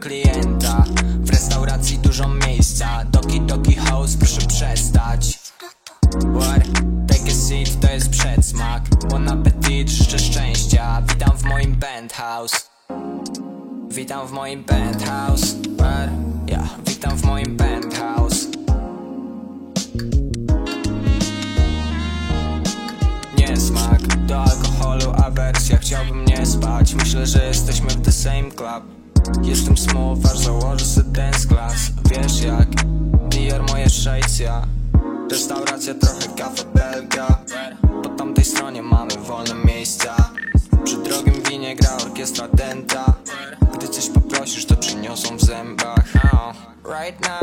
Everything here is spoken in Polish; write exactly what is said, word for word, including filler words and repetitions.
klienta. W restauracji dużo miejsca. Doki doki house, proszę przestać. What? Take a seat, to jest przedsmak. Bon appetit, życzę szczęścia. Witam w moim penthouse. Witam w moim penthouse. What? Yeah, witam w moim penthouse. Niesmak do alkoholu, awersja, chciałbym nie spać. Myślę, że jesteśmy w the same club. Jestem smooth, aż założę sobie dance class. Wiesz jak, Dior moje shades, ja. Restauracja, trochę kafe belga. Po tamtej stronie mamy wolne miejsca. Przy drogim winie gra orkiestra denta. Gdy coś poprosisz, to przyniosą w zębach. oh. Right now